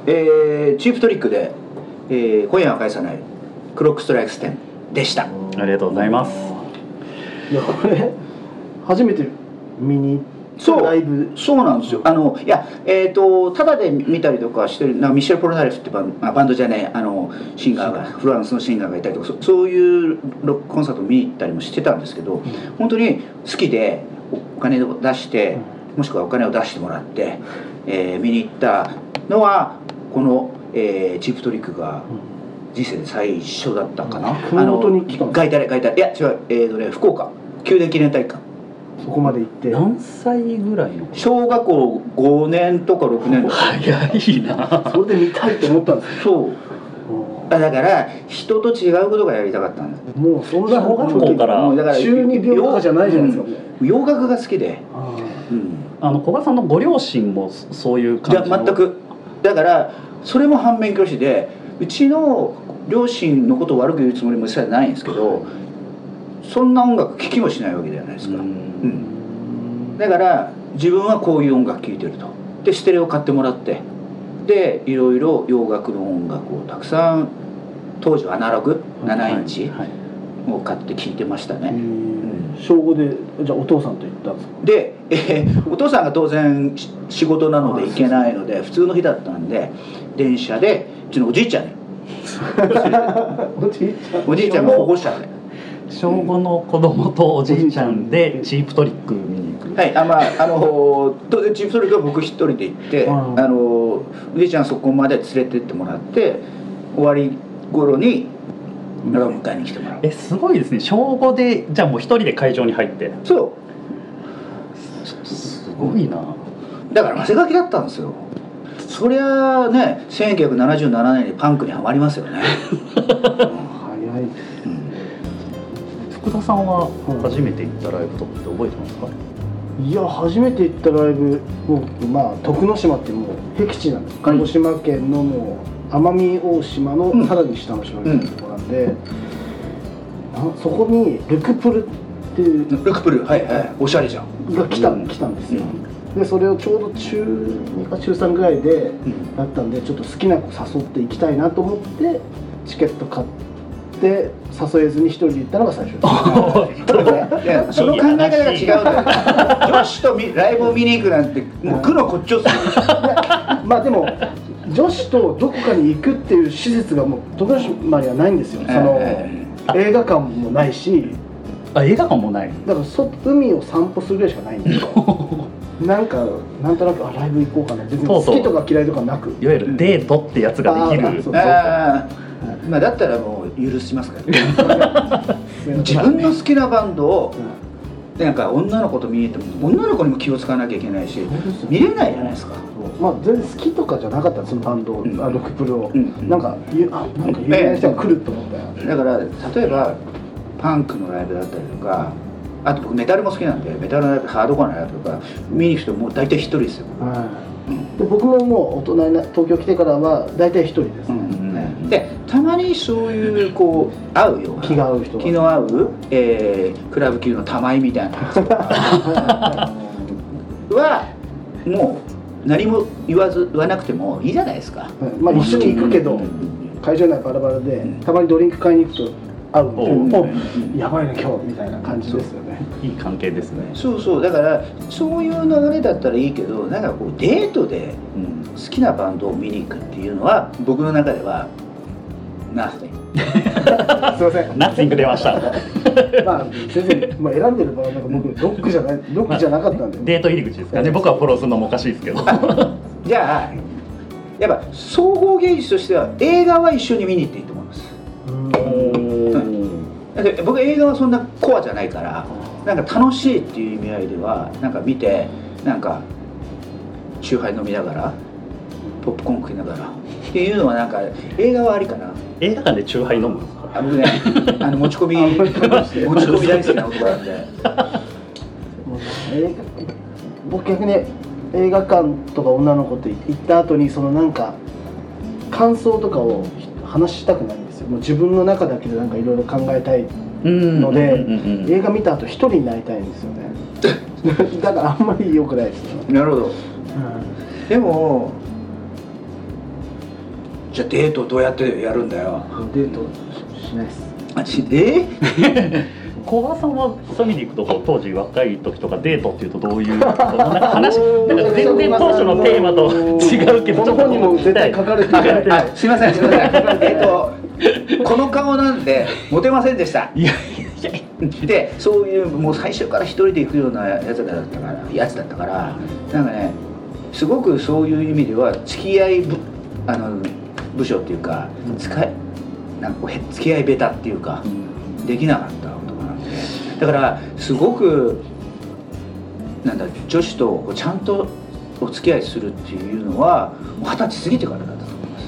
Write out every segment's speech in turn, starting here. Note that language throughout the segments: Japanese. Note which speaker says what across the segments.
Speaker 1: チープトリックで、今夜は返さないクロックストライクス10でした。
Speaker 2: ありがとうございます。
Speaker 3: いやこれ初めて見に行ったライブ。
Speaker 1: そうなんですよ。いやただで見たりとかしてるミシェル・ポルナレフってバンドじゃねえシンガーがフランスのシンガーがいたりとかそういうロックコンサート見に行ったりもしてたんですけど、本当に好きでお金を出してもしくはお金を出してもらって、見に行ったのはこの、チープトリックが人生で最初だったかな。
Speaker 3: 熊本に来たんですか？
Speaker 1: ガイタレいや違う、福岡宮殿記念体育館。
Speaker 3: そこまで行って
Speaker 2: 何歳ぐらいの？
Speaker 1: 小学校5年とか6年とか。
Speaker 2: 早いな。
Speaker 3: それで見たいと思ったんですよ。
Speaker 1: そうだから人と違うことがやりたかったんです。
Speaker 3: もうそんな
Speaker 2: 小学校から
Speaker 1: だから
Speaker 3: 中二病とかじゃないじゃないですか。
Speaker 1: 洋楽が好きで、
Speaker 2: 古賀さんのご両親もそういう感じの？
Speaker 1: 全く。だからそれも反面教師で、うちの両親のことを悪く言うつもりも一切ないんですけど、そんな音楽聴きもしないわけじゃないですか。だから自分はこういう音楽聴いてると。でステレオ買ってもらって、でいろいろ洋楽の音楽をたくさん、当時はアナログ7インチを買って聴いてましたね。
Speaker 3: 小5でじゃあお父さんと行ったんですか？
Speaker 1: で、お父さんが当然仕事なので行けないので普通の日だったんで、電車でうちのおじいちゃんにおじいちゃんが保護者で
Speaker 2: 小5の子供とおじいちゃんでチープトリック見に行く。
Speaker 1: はい、当然チープトリックは僕一人で行って、おじいちゃんそこまで連れてってもらって、終わり頃に迎えに来てもらう。
Speaker 2: すごいですね。小5でじゃあもう一人で会場に入って。
Speaker 1: そう
Speaker 2: すごいな。
Speaker 1: だから汗書きだったんですよ。そりゃね、1977年にパンクにはまりますよね。
Speaker 3: 早い。
Speaker 2: 福田さんは初めて行ったライブとかって覚えてますか？
Speaker 3: いや初めて行ったライブ、徳之島ってもう僻地なんです。鹿児島県のもう奄美大島のさらに下の島みたいなところなんで、そこにルクプルっていう
Speaker 1: ルクプル、はいはい、おしゃれじゃん
Speaker 3: が来たんですよ。でそれをちょうど中2か中3ぐらいでだったんで、ちょっと好きな子誘って行きたいなと思ってチケット買って誘えずに一人で行ったのが最初です。いや
Speaker 1: その考え方が違うんだよ。女子とライブを見に行くなんてもう苦のこっちょっすよ。
Speaker 3: まあでも女子とどこかに行くっていう施設がもう徳之島にはないんですよ。その映画館もないし、
Speaker 2: 映画館もない。
Speaker 3: だから海を散歩するぐらいしかないんですよ。なんとなくライブ行こうかな、別に好きとか嫌いとかなく、
Speaker 2: いわゆるデートってやつができる。
Speaker 1: まあだったらもう許しますからね。自分の好きなバンドをなんか女の子と見に行っても女の子にも気を使わなきゃいけないし、見れないじゃないですか。
Speaker 3: まあ全然好きとかじゃなかった、そのバンドを、ロクプルを、なんか有名な人が来ると思ったよ。
Speaker 1: だから例えばパンクのライブだったりとか、あと僕メタルも好きなんで、メタルのライブ、ハードコアのライブとか見に行く人もう大体一人ですよ。
Speaker 3: で僕ももう大人に東京来てからは大体一人ですね。
Speaker 1: でたまにそういうこう合うような
Speaker 3: 気が合う人、
Speaker 1: 気の合う、クラブ級の玉井みたいなはもう何も言わなくてもいいじゃないですか。
Speaker 3: まあ一緒に行くけど、会場内バラバラでたまにドリンク買いに行くと会うと、やばいね今日みたいな感じですよね。
Speaker 2: いい関係ですね。
Speaker 1: そうだからそういう流れだったらいいけど、なんかこうデートで好きなバンドを見に行くっていうのは僕の中ではナッシング。
Speaker 3: すいません、
Speaker 2: ナッシング出ました。
Speaker 3: まあ先生、選んでる場合なんか僕ロックじゃなかったんで、
Speaker 2: デート入り口ですかね。僕はフォローするのもおかしいですけど。
Speaker 1: じゃあやっぱ総合芸術としては映画は一緒に見に行っていいと思います。僕映画はそんなコアじゃないから、なんか楽しいっていう意味合いではなんか見て、なんかチューハイ飲みながらポップコーン食いながらっていうのはなんか映画はありかな。
Speaker 2: 映画館でチューハイ飲むんですか？
Speaker 1: 僕ね、持ち込み大好きな男なんで。
Speaker 3: 僕逆に映画館とか女の子と行った後にそのなんか感想とかを話したくないんですよ。もう自分の中だけでなんかいろいろ考えたいので、映画見た後一人になりたいんですよね。だからあんまり良くないですよ。
Speaker 1: なるほど。でもじゃあデートどうやってやるんだよ。
Speaker 3: デートしないです。
Speaker 2: 小川さんはそういう意味でいくと当時若い時とかデートっていうとどういうなんか話なんか全然当初のテーマと違うけど、
Speaker 3: この本にも絶対書かれてる。
Speaker 1: すいませんこの顔なんでモテませんでした。でそういうもう最初から一人で行くようなやつだったからなんかねすごくそういう意味では付き合い部署っていうかなんか付き合いベタっていうか、できなかった男なんで、だからすごくなんだ女子とちゃんとお付き合いするっていうのは20歳過ぎてからだったと思います。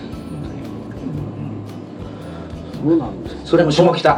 Speaker 3: そうなんです。
Speaker 1: それも下北。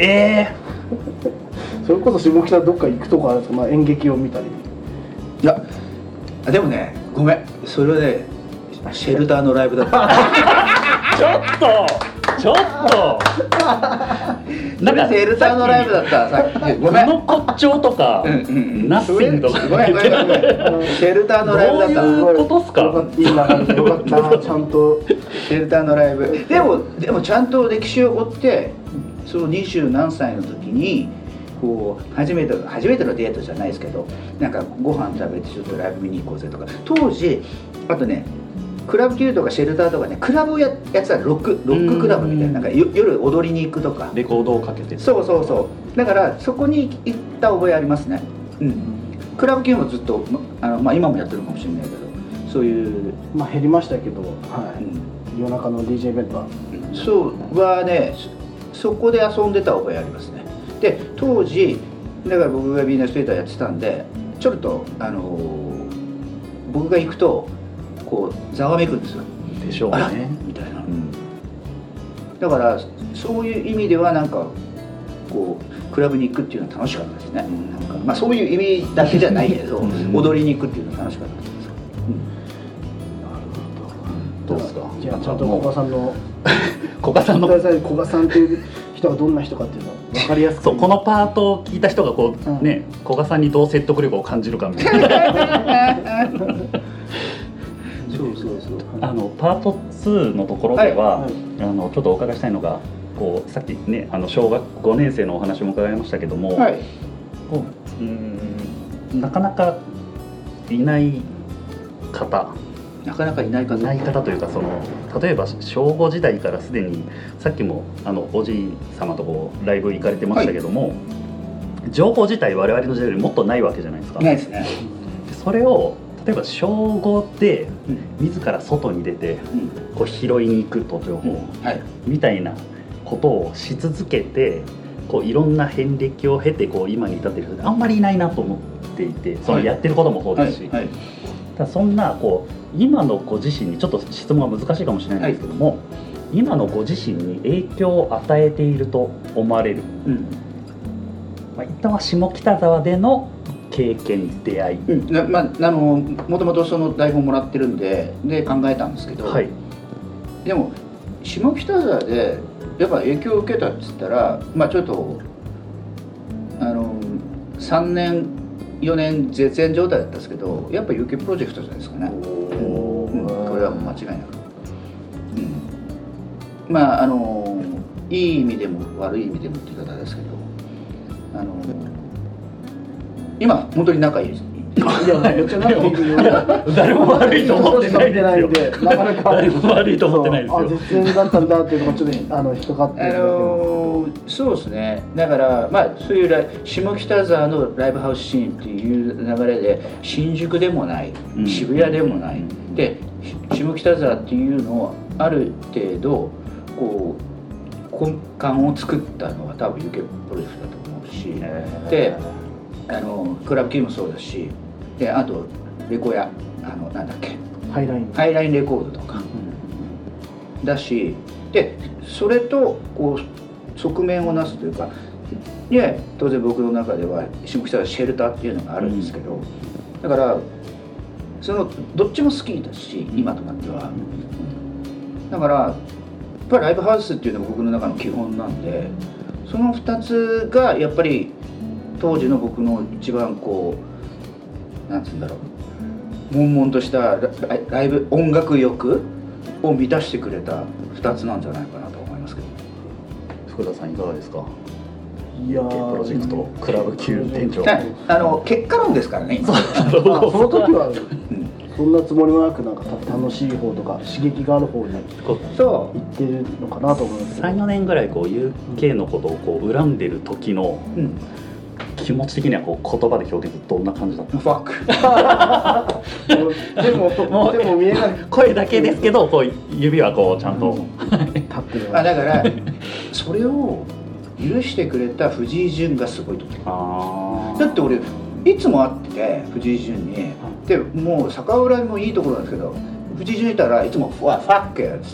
Speaker 3: それこそ下北どっか行くとこあるんですか？演劇を見たり。
Speaker 1: いやでもねごめんそれはねシェルターのライブだった
Speaker 2: ちょっと
Speaker 1: なんかシェルターのライブだったさっきごめん
Speaker 2: この骨頂とかナッシングとか
Speaker 1: ごめんシェルターのライブだった
Speaker 2: どういうことっすか？
Speaker 3: いいな、よかったちゃんと
Speaker 1: シェルターのライブでもちゃんと歴史を追ってその20何歳の時にこう初めてのデートじゃないですけどなんかご飯食べてちょっとライブ見に行こうぜとか当時あとねクラブ級とかシェルターとかねクラブをやってたロッククラブみたいな、なんか夜踊りに行くとか
Speaker 2: レコードをかけて
Speaker 1: そうだからそこに行った覚えありますね。クラブ級もずっと今もやってるかもしれないけどそういう
Speaker 3: 減りましたけど、夜中の DJ イベントは
Speaker 1: そうはねそこで遊んでた覚えありますね。で当時だから僕がビーナステーターやってたんでちょっと僕が行くとこうざわめくんですよ。
Speaker 2: でしょうね
Speaker 1: みたいな、だからそういう意味ではなんかこうクラブに行くっていうのは楽しかったですね。なんかそういう意味だけじゃないけど踊りに行くっていうのは楽しかったです。
Speaker 2: どうですか？
Speaker 3: じゃあちゃんと古賀さんの
Speaker 2: 古賀さん
Speaker 3: っていう人がどんな人かっていうの分かりやすく
Speaker 2: そうこのパートを聞いた人がこう、ね古賀さんにどう説得力を感じるかみたいなそうパート2のところでは、ちょっとお伺いしたいのがこうさっきね小学5年生のお話も伺いましたけども、こうなかなかいない方というか例えば小5時代からすでにさっきもおじい様とこうライブ行かれてましたけども、情報自体我々の時代よりもっとないわけじゃないですか。
Speaker 1: ないですね。
Speaker 2: それを例えば小5で自ら外に出てこう拾いに行くと情報みたいなことをし続けてこういろんな遍歴を経てこう今に至っている人ってあんまりいないなと思っていて、そのやってることもそうですし、ただそんなこう今のご自身にちょっと質問は難しいかもしれないんですけども、今のご自身に影響を与えていると思われる、一旦は下北沢での経験出会い、
Speaker 1: もともとその台本もらってるんで考えたんですけど、でも下北沢でやっぱ影響を受けたっつったらちょっと3年4年絶縁状態だったんですけどやっぱ UK プロジェクトじゃないですかね。これは間違いなくいい意味でも悪い意味でもって言い方ですけど今本当に仲いいです。
Speaker 3: いやめっちゃ仲いいよ。
Speaker 2: 誰も悪いと思ってないですよ。
Speaker 3: なかなか
Speaker 2: 誰も悪いと思ってないですよ。
Speaker 3: 絶縁だったんだっていうのがちょっと引っかかってる。
Speaker 1: そうですね。だからそういう下北沢のライブハウスシーンっていう流れで新宿でもない、渋谷でもないで下北沢っていうのをある程度こう根幹を作ったのは多分 UK プロジェクトだと思うし、でクラブキーもそうだし、であとレコヤなんだっけ
Speaker 3: ハイライン
Speaker 1: レコードとか、だしでそれとこう側面をなすというかで当然僕の中では下北沢シェルターっていうのがあるんですけど、だからそのどっちも好きだし今となっては、だからやっぱりライブハウスっていうのが僕の中の基本なんでその2つがやっぱり当時の僕の一番こうなんていうんだろう悶々としたライブ音楽欲を満たしてくれた2つなんじゃないかなと思いますけど。
Speaker 2: 福田さんいかがですか。
Speaker 3: いや
Speaker 2: プロジェクトクラブ級店長、
Speaker 1: 結果論ですからね。
Speaker 3: その時はそんなつもりもなく、なんか楽しい方とか刺激がある方に行ってるのかなと思います。
Speaker 2: 3、4年ぐらいこう UK のことをこう恨んでる時の気持ち的にはこう言葉で表現どんな感じだったの？
Speaker 1: ファック。
Speaker 3: でも見えない
Speaker 2: 声だけですけど、こう指はこうちゃんと
Speaker 3: 立ってる。
Speaker 1: だからそれを許してくれた藤井潤がすごいと思う。だって俺いつも会ってて藤井潤に、でもう逆浦もいいところなんですけど、藤井潤いたらいつもファックやっつって、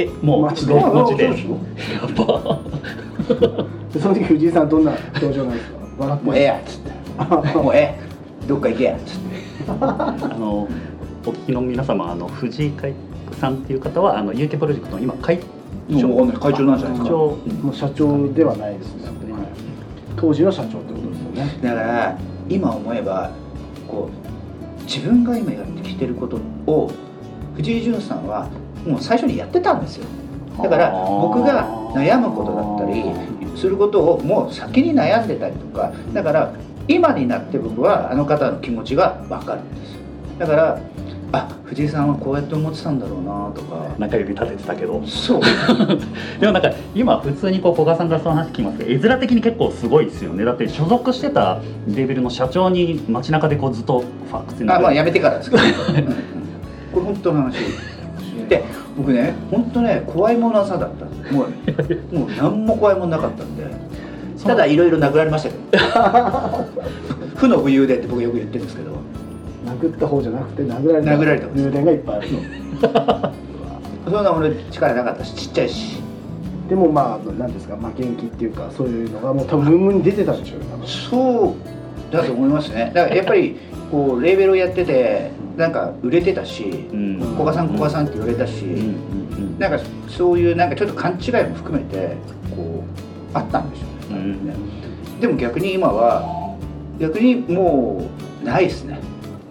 Speaker 2: もう街でやば。
Speaker 3: その時藤井さんどんな表情なんですか？笑って
Speaker 1: もうええやっつってもうどっか行けやっつって
Speaker 2: お聞きの皆様、藤井海さんっていう方はUK プロジェクトの今会長
Speaker 1: なんじゃないですか。
Speaker 3: もう社長ではないですね、当時の社長ってことですよね。
Speaker 1: だから今思えばこう自分が今やってきてることを藤井潤さんはもう最初にやってたんですよ。だから僕が悩むことだったりすることをもう先に悩んでたりとか、だから今になって僕はあの方の気持ちが分かるんですよ。だから藤井さんはこうやって思ってたんだろうなとか、
Speaker 2: 中指立ててたけど、
Speaker 1: そう
Speaker 2: でもなんか今普通にこう古賀さんからその話聞きますけど、絵面的に結構すごいですよね。だって所属してたレベルの社長に街中でこうずっとファックスに
Speaker 1: やめてからですけどこれ本当の話で、僕ね本当ね怖いものなさだったんです。もう何も怖いものなかったんで、ただいろいろ殴られましたけど負の武勇伝って僕よく言ってるんですけど、
Speaker 3: 殴った方じゃなくて殴られた武勇伝がいっぱいある
Speaker 1: そんな俺力なかったし、ちっちゃいし。
Speaker 3: でも何ですか、負けん気っていうか、そういうのがもう多分ムンムンに出てたんでしょうね。
Speaker 1: そうだと思いますね。だからやっぱりこうレーベルをやっててなんか売れてたし、古賀さんって言われたし、なんかそういうなんかちょっと勘違いも含めてこうあったんでしょうね。でも逆に今はもうないですね。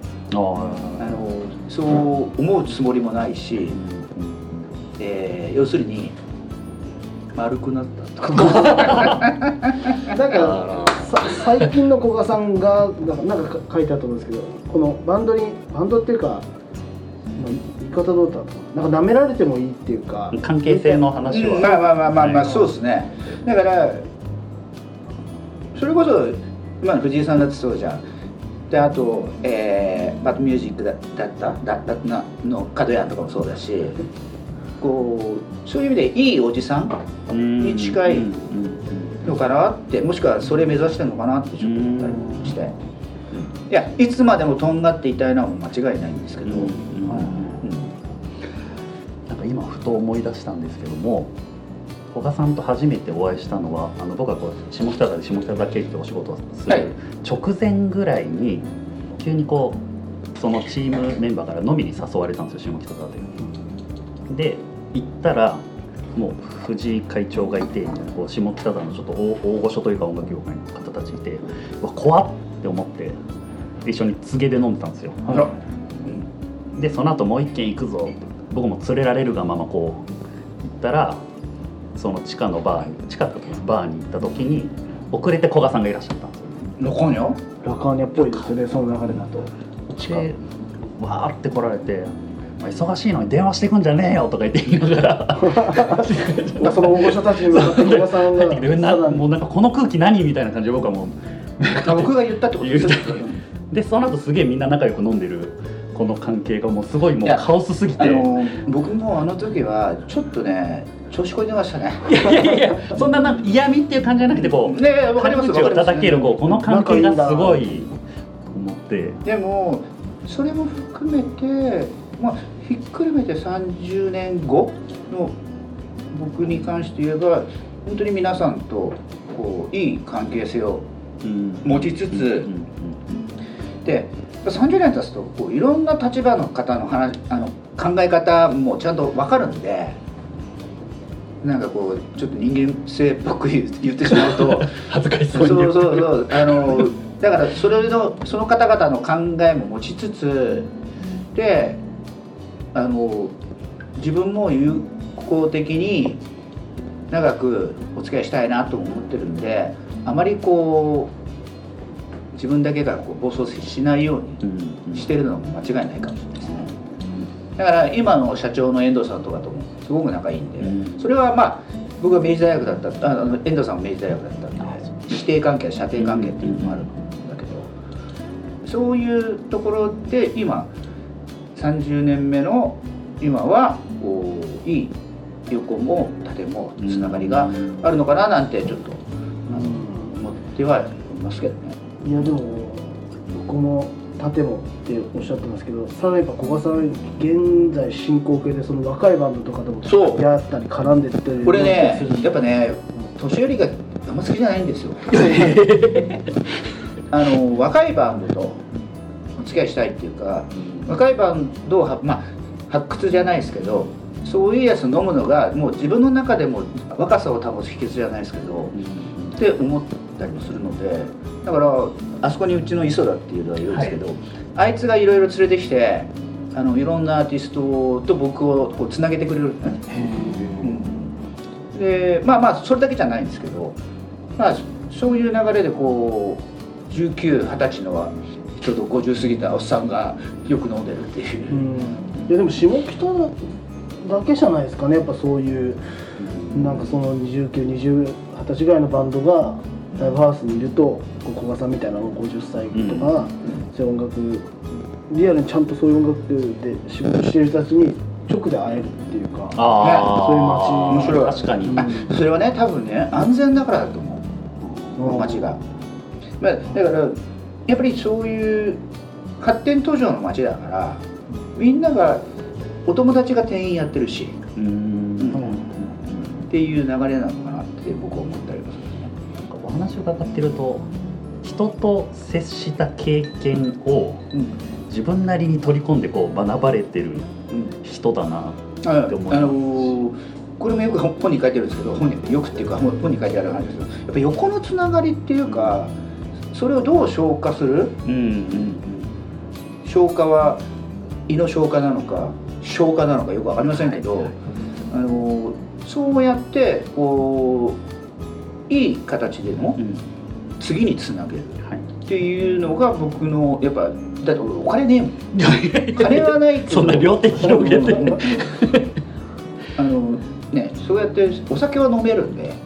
Speaker 1: そう思うつもりもないし、要するに丸くなったとか
Speaker 3: だから最近の古賀さんがなんか書いてあったと思うんですけど、このバンドっていうか言い方どうだったの、なんか舐められてもいいっていうか
Speaker 2: 関係性の話
Speaker 1: はそうですね。だからそれこそ今の藤井さんだってそうじゃん。であと、バッドミュージックだったの角谷とかもそうだし、こうそういう意味でいいおじさんに近いのかなって、もしくはそれ目指してるのかなってちょっと思ったりして、いやいつまでもとんがっていたいのは間違いないんですけど、
Speaker 2: なんか今ふと思い出したんですけども、古賀さんと初めてお会いしたのは僕はこう下北沢経由でお仕事をする直前ぐらいに、急にこうそのチームメンバーから飲みに誘われたんですよ、下北沢で。で行ったらもう藤井会長がいて、こう下北沢のちょっと大御所というか音楽業界の方たちいて、怖っって思って一緒に告げで飲んでたんですよ。でその後もう一軒行くぞ、僕も連れられるがままこう行ったら、その地下のバーに行った時に遅れて古賀さんがいらっしゃったんですよ。
Speaker 3: ラカーニャっぽいですよね、その流れだと。
Speaker 2: でわーって来られて、忙しいのに電話してくんじゃねえよとか言って言いながら
Speaker 3: その大御所たちに向かって古賀さんが
Speaker 2: もうなんかこの空気何みたいな感じで僕はもう
Speaker 1: 僕が言ったってことですよ。
Speaker 2: でその後すげえみんな仲良く飲んでるこの関係がもうすごいもうカオスすぎて、
Speaker 1: 僕もあの時はちょっとね調子こいてましたね。
Speaker 2: いやそんな嫌味っていう感じじゃなくて、こう
Speaker 1: わかります
Speaker 2: 口を叩けるこの関係がすごいと思って。
Speaker 1: でもそれも含めてひっくるめて30年後の僕に関して言えば本当に皆さんとこういい関係性を持ちつつ、で30年経つとこういろんな立場の方の考え方もちゃんと分かるんで、なんかこうちょっと人間性っぽく言ってしまうと
Speaker 2: 恥ずかしそうに
Speaker 1: そうだからその方々の考えも持ちつつで自分も有効的に長くお付き合いしたいなと思ってるんで、あまりこう自分だけがこう暴走しないようにしてるのも間違いないかもしれないですね。だから今の社長の遠藤さんとかともすごく仲いいんで、それはまあ僕は明治大学だった、遠藤さんも明治大学だったんで、師弟関係、射程関係っていうのもあるんだけど、そういうところで今30年目の今はこういい横も縦もつながりがあるのかななんてちょっと思ってはいますけどね。
Speaker 3: いやでも横も縦もっておっしゃってますけど、さらにやっぱ古賀さん現在進行形でその若いバンドとかでも出会ったり絡んでってる。
Speaker 1: これねやっぱね年寄りがあんま好きじゃないんですよ若いバンドとお付き合いしたいっていうか、若いバンドをまあ発掘じゃないですけど、そういうやつ飲むのがもう自分の中でも若さを保つ秘訣じゃないですけど、って思ったりもするので、だからあそこにうちの磯田っていうのがいるんですけど、あいつがいろいろ連れてきていろんなアーティストと僕をこうつなげてくれるんだね。でまあそれだけじゃないんですけど、まあそういう流れでこう19、20歳のちょっと50過ぎたおっさんがよく飲んでるっていう。
Speaker 3: いやでも下北だけじゃないですかね、やっぱそういうなんかその19、20歳ぐらいのバンドがライブハウスにいると、古賀さんみたいな50歳とか、そういう音楽リアルにちゃんとそういう音楽で仕事してる人たちに直で会えるっていうか、そういう街
Speaker 1: 面白い。確かに、それはね多分ね安全だからだと思う、この街が。だからやっぱりそういう発展途上の街だからみんながお友達が店員やってるし、っていう流れなのかなって僕は思ったりもするね。
Speaker 2: お話を伺ってると人と接した経験を自分なりに取り込んでこう学ばれてる人だなって思います。
Speaker 1: これもよく本に書いてるんですけど、よくっていうか本に書いてある話ですけど、やっぱ横のつながりっていうか、それをどう消化する、消化は胃の消化なのか消化なのかよく分かりませんけど、そうやってこういい形でも次につなげるっていうのが僕のやっぱ、だってお金ねえもん金はないけど
Speaker 2: そんな両手広げて
Speaker 1: ね、そうやってお酒は飲めるんで、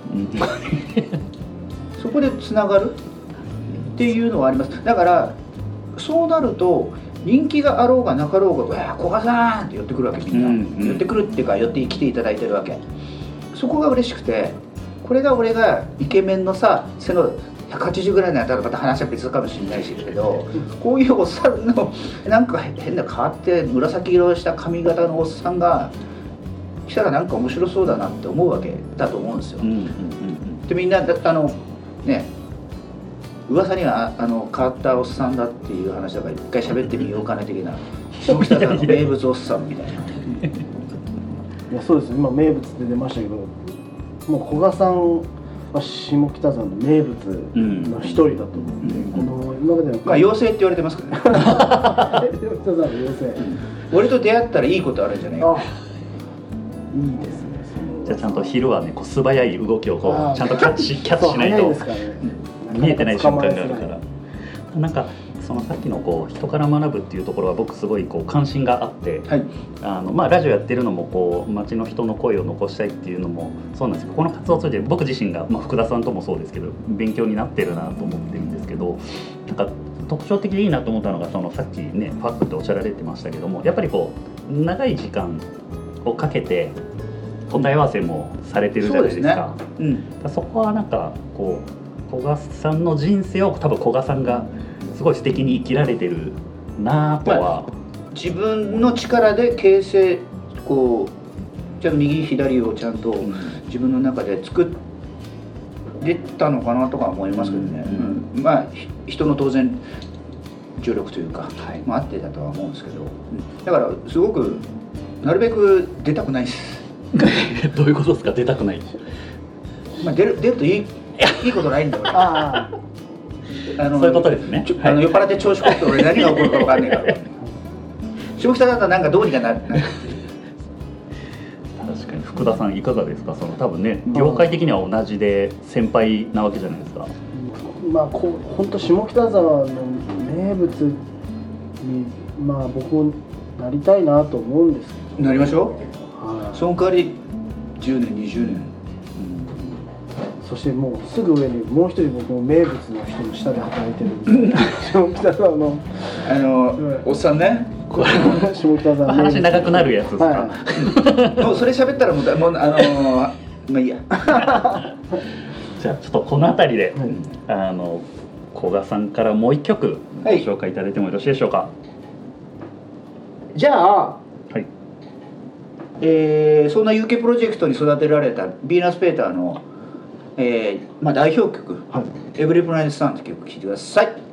Speaker 1: そこでつながるっていうのはあります。だからそうなると人気があろうがなかろうが「古賀さん!」って寄ってくるわけ、みんな、寄ってくるっていうか寄ってきていただいてるわけ。そこが嬉しくて、これが俺がイケメンのさ背の180ぐらいのやったらまた話は別かもしれないしけど、こういうおっさんのなんか変な変わって紫色した髪型のおっさんが来たらなんか面白そうだなって思うわけだと思うんですよ。でみんなね、噂には変わったおっさんだっていう話だから一回喋ってみようかな的な、下北沢の名物おっさんみたいな。
Speaker 3: いやそうです、今名物って出ましたけど、もう古賀さんは下北沢の名物の一人だと思うんで、この今までの
Speaker 1: 妖精って言われてますからね。
Speaker 3: 下北沢の妖精、
Speaker 1: 俺と出会ったらいいことあるんじゃないか。
Speaker 3: いいですね。
Speaker 2: じゃあちゃんと昼はね、こう素早い動きをこうちゃんとキャッチしないと見えてない瞬間があるから、なんかそのさっきのこう人から学ぶっていうところは僕すごいこう関心があって、ラジオやってるのもこう街の人の声を残したいっていうのもそうなんですけど、この活動を通じて僕自身が、福田さんともそうですけど勉強になってるなと思ってるんですけど、なんか特徴的でいいなと思ったのが、そのさっきねファックっておっしゃられてましたけども、やっぱりこう長い時間をかけて答え合わせもされてるじゃないですか。そこはなんかこう古賀さんの人生を多分古賀さんがすごい素敵に生きられてるなとは、
Speaker 1: 自分の力で形成こうちゃんと右左をちゃんと自分の中で作れたのかなとか思いますけどね。人の当然助力というか、あってだとは思うんですけど、だからすごくなるべく出たくないです。
Speaker 2: どういうことですか、出たくない？
Speaker 1: 出るといいことないんだよ。
Speaker 2: そういうことですね。
Speaker 1: 酔っ払って調子こって俺何が起こるか分かんないから。下北だったらなんかどうにかなる。
Speaker 2: 確かに。福田さんいかがですか？その多分ね業界的には同じで先輩なわけじゃないですか。
Speaker 3: まあ本当下北沢の名物にまあ僕もなりたいなと思うんですけど。
Speaker 1: なりましょう。
Speaker 3: はい。
Speaker 1: その代わり10年20年、
Speaker 3: そしてもうすぐ上にもう一人僕も名物の人の下で働いてるんで下北沢の
Speaker 1: おっさんね。
Speaker 3: 下北沢の
Speaker 2: 話長くなるやつですか？
Speaker 3: はい、
Speaker 1: もうそれ喋ったらもうまあいいや。
Speaker 2: じゃあちょっとこの辺りで、古賀さんからもう一曲ご紹介いただいてもよろしいでしょうか？
Speaker 1: じゃあ、
Speaker 2: はい、
Speaker 1: そんな UK プロジェクトに育てられたヴィーナス・ペーターの、代表曲「エブリプラネット・サン」って曲聴いてください。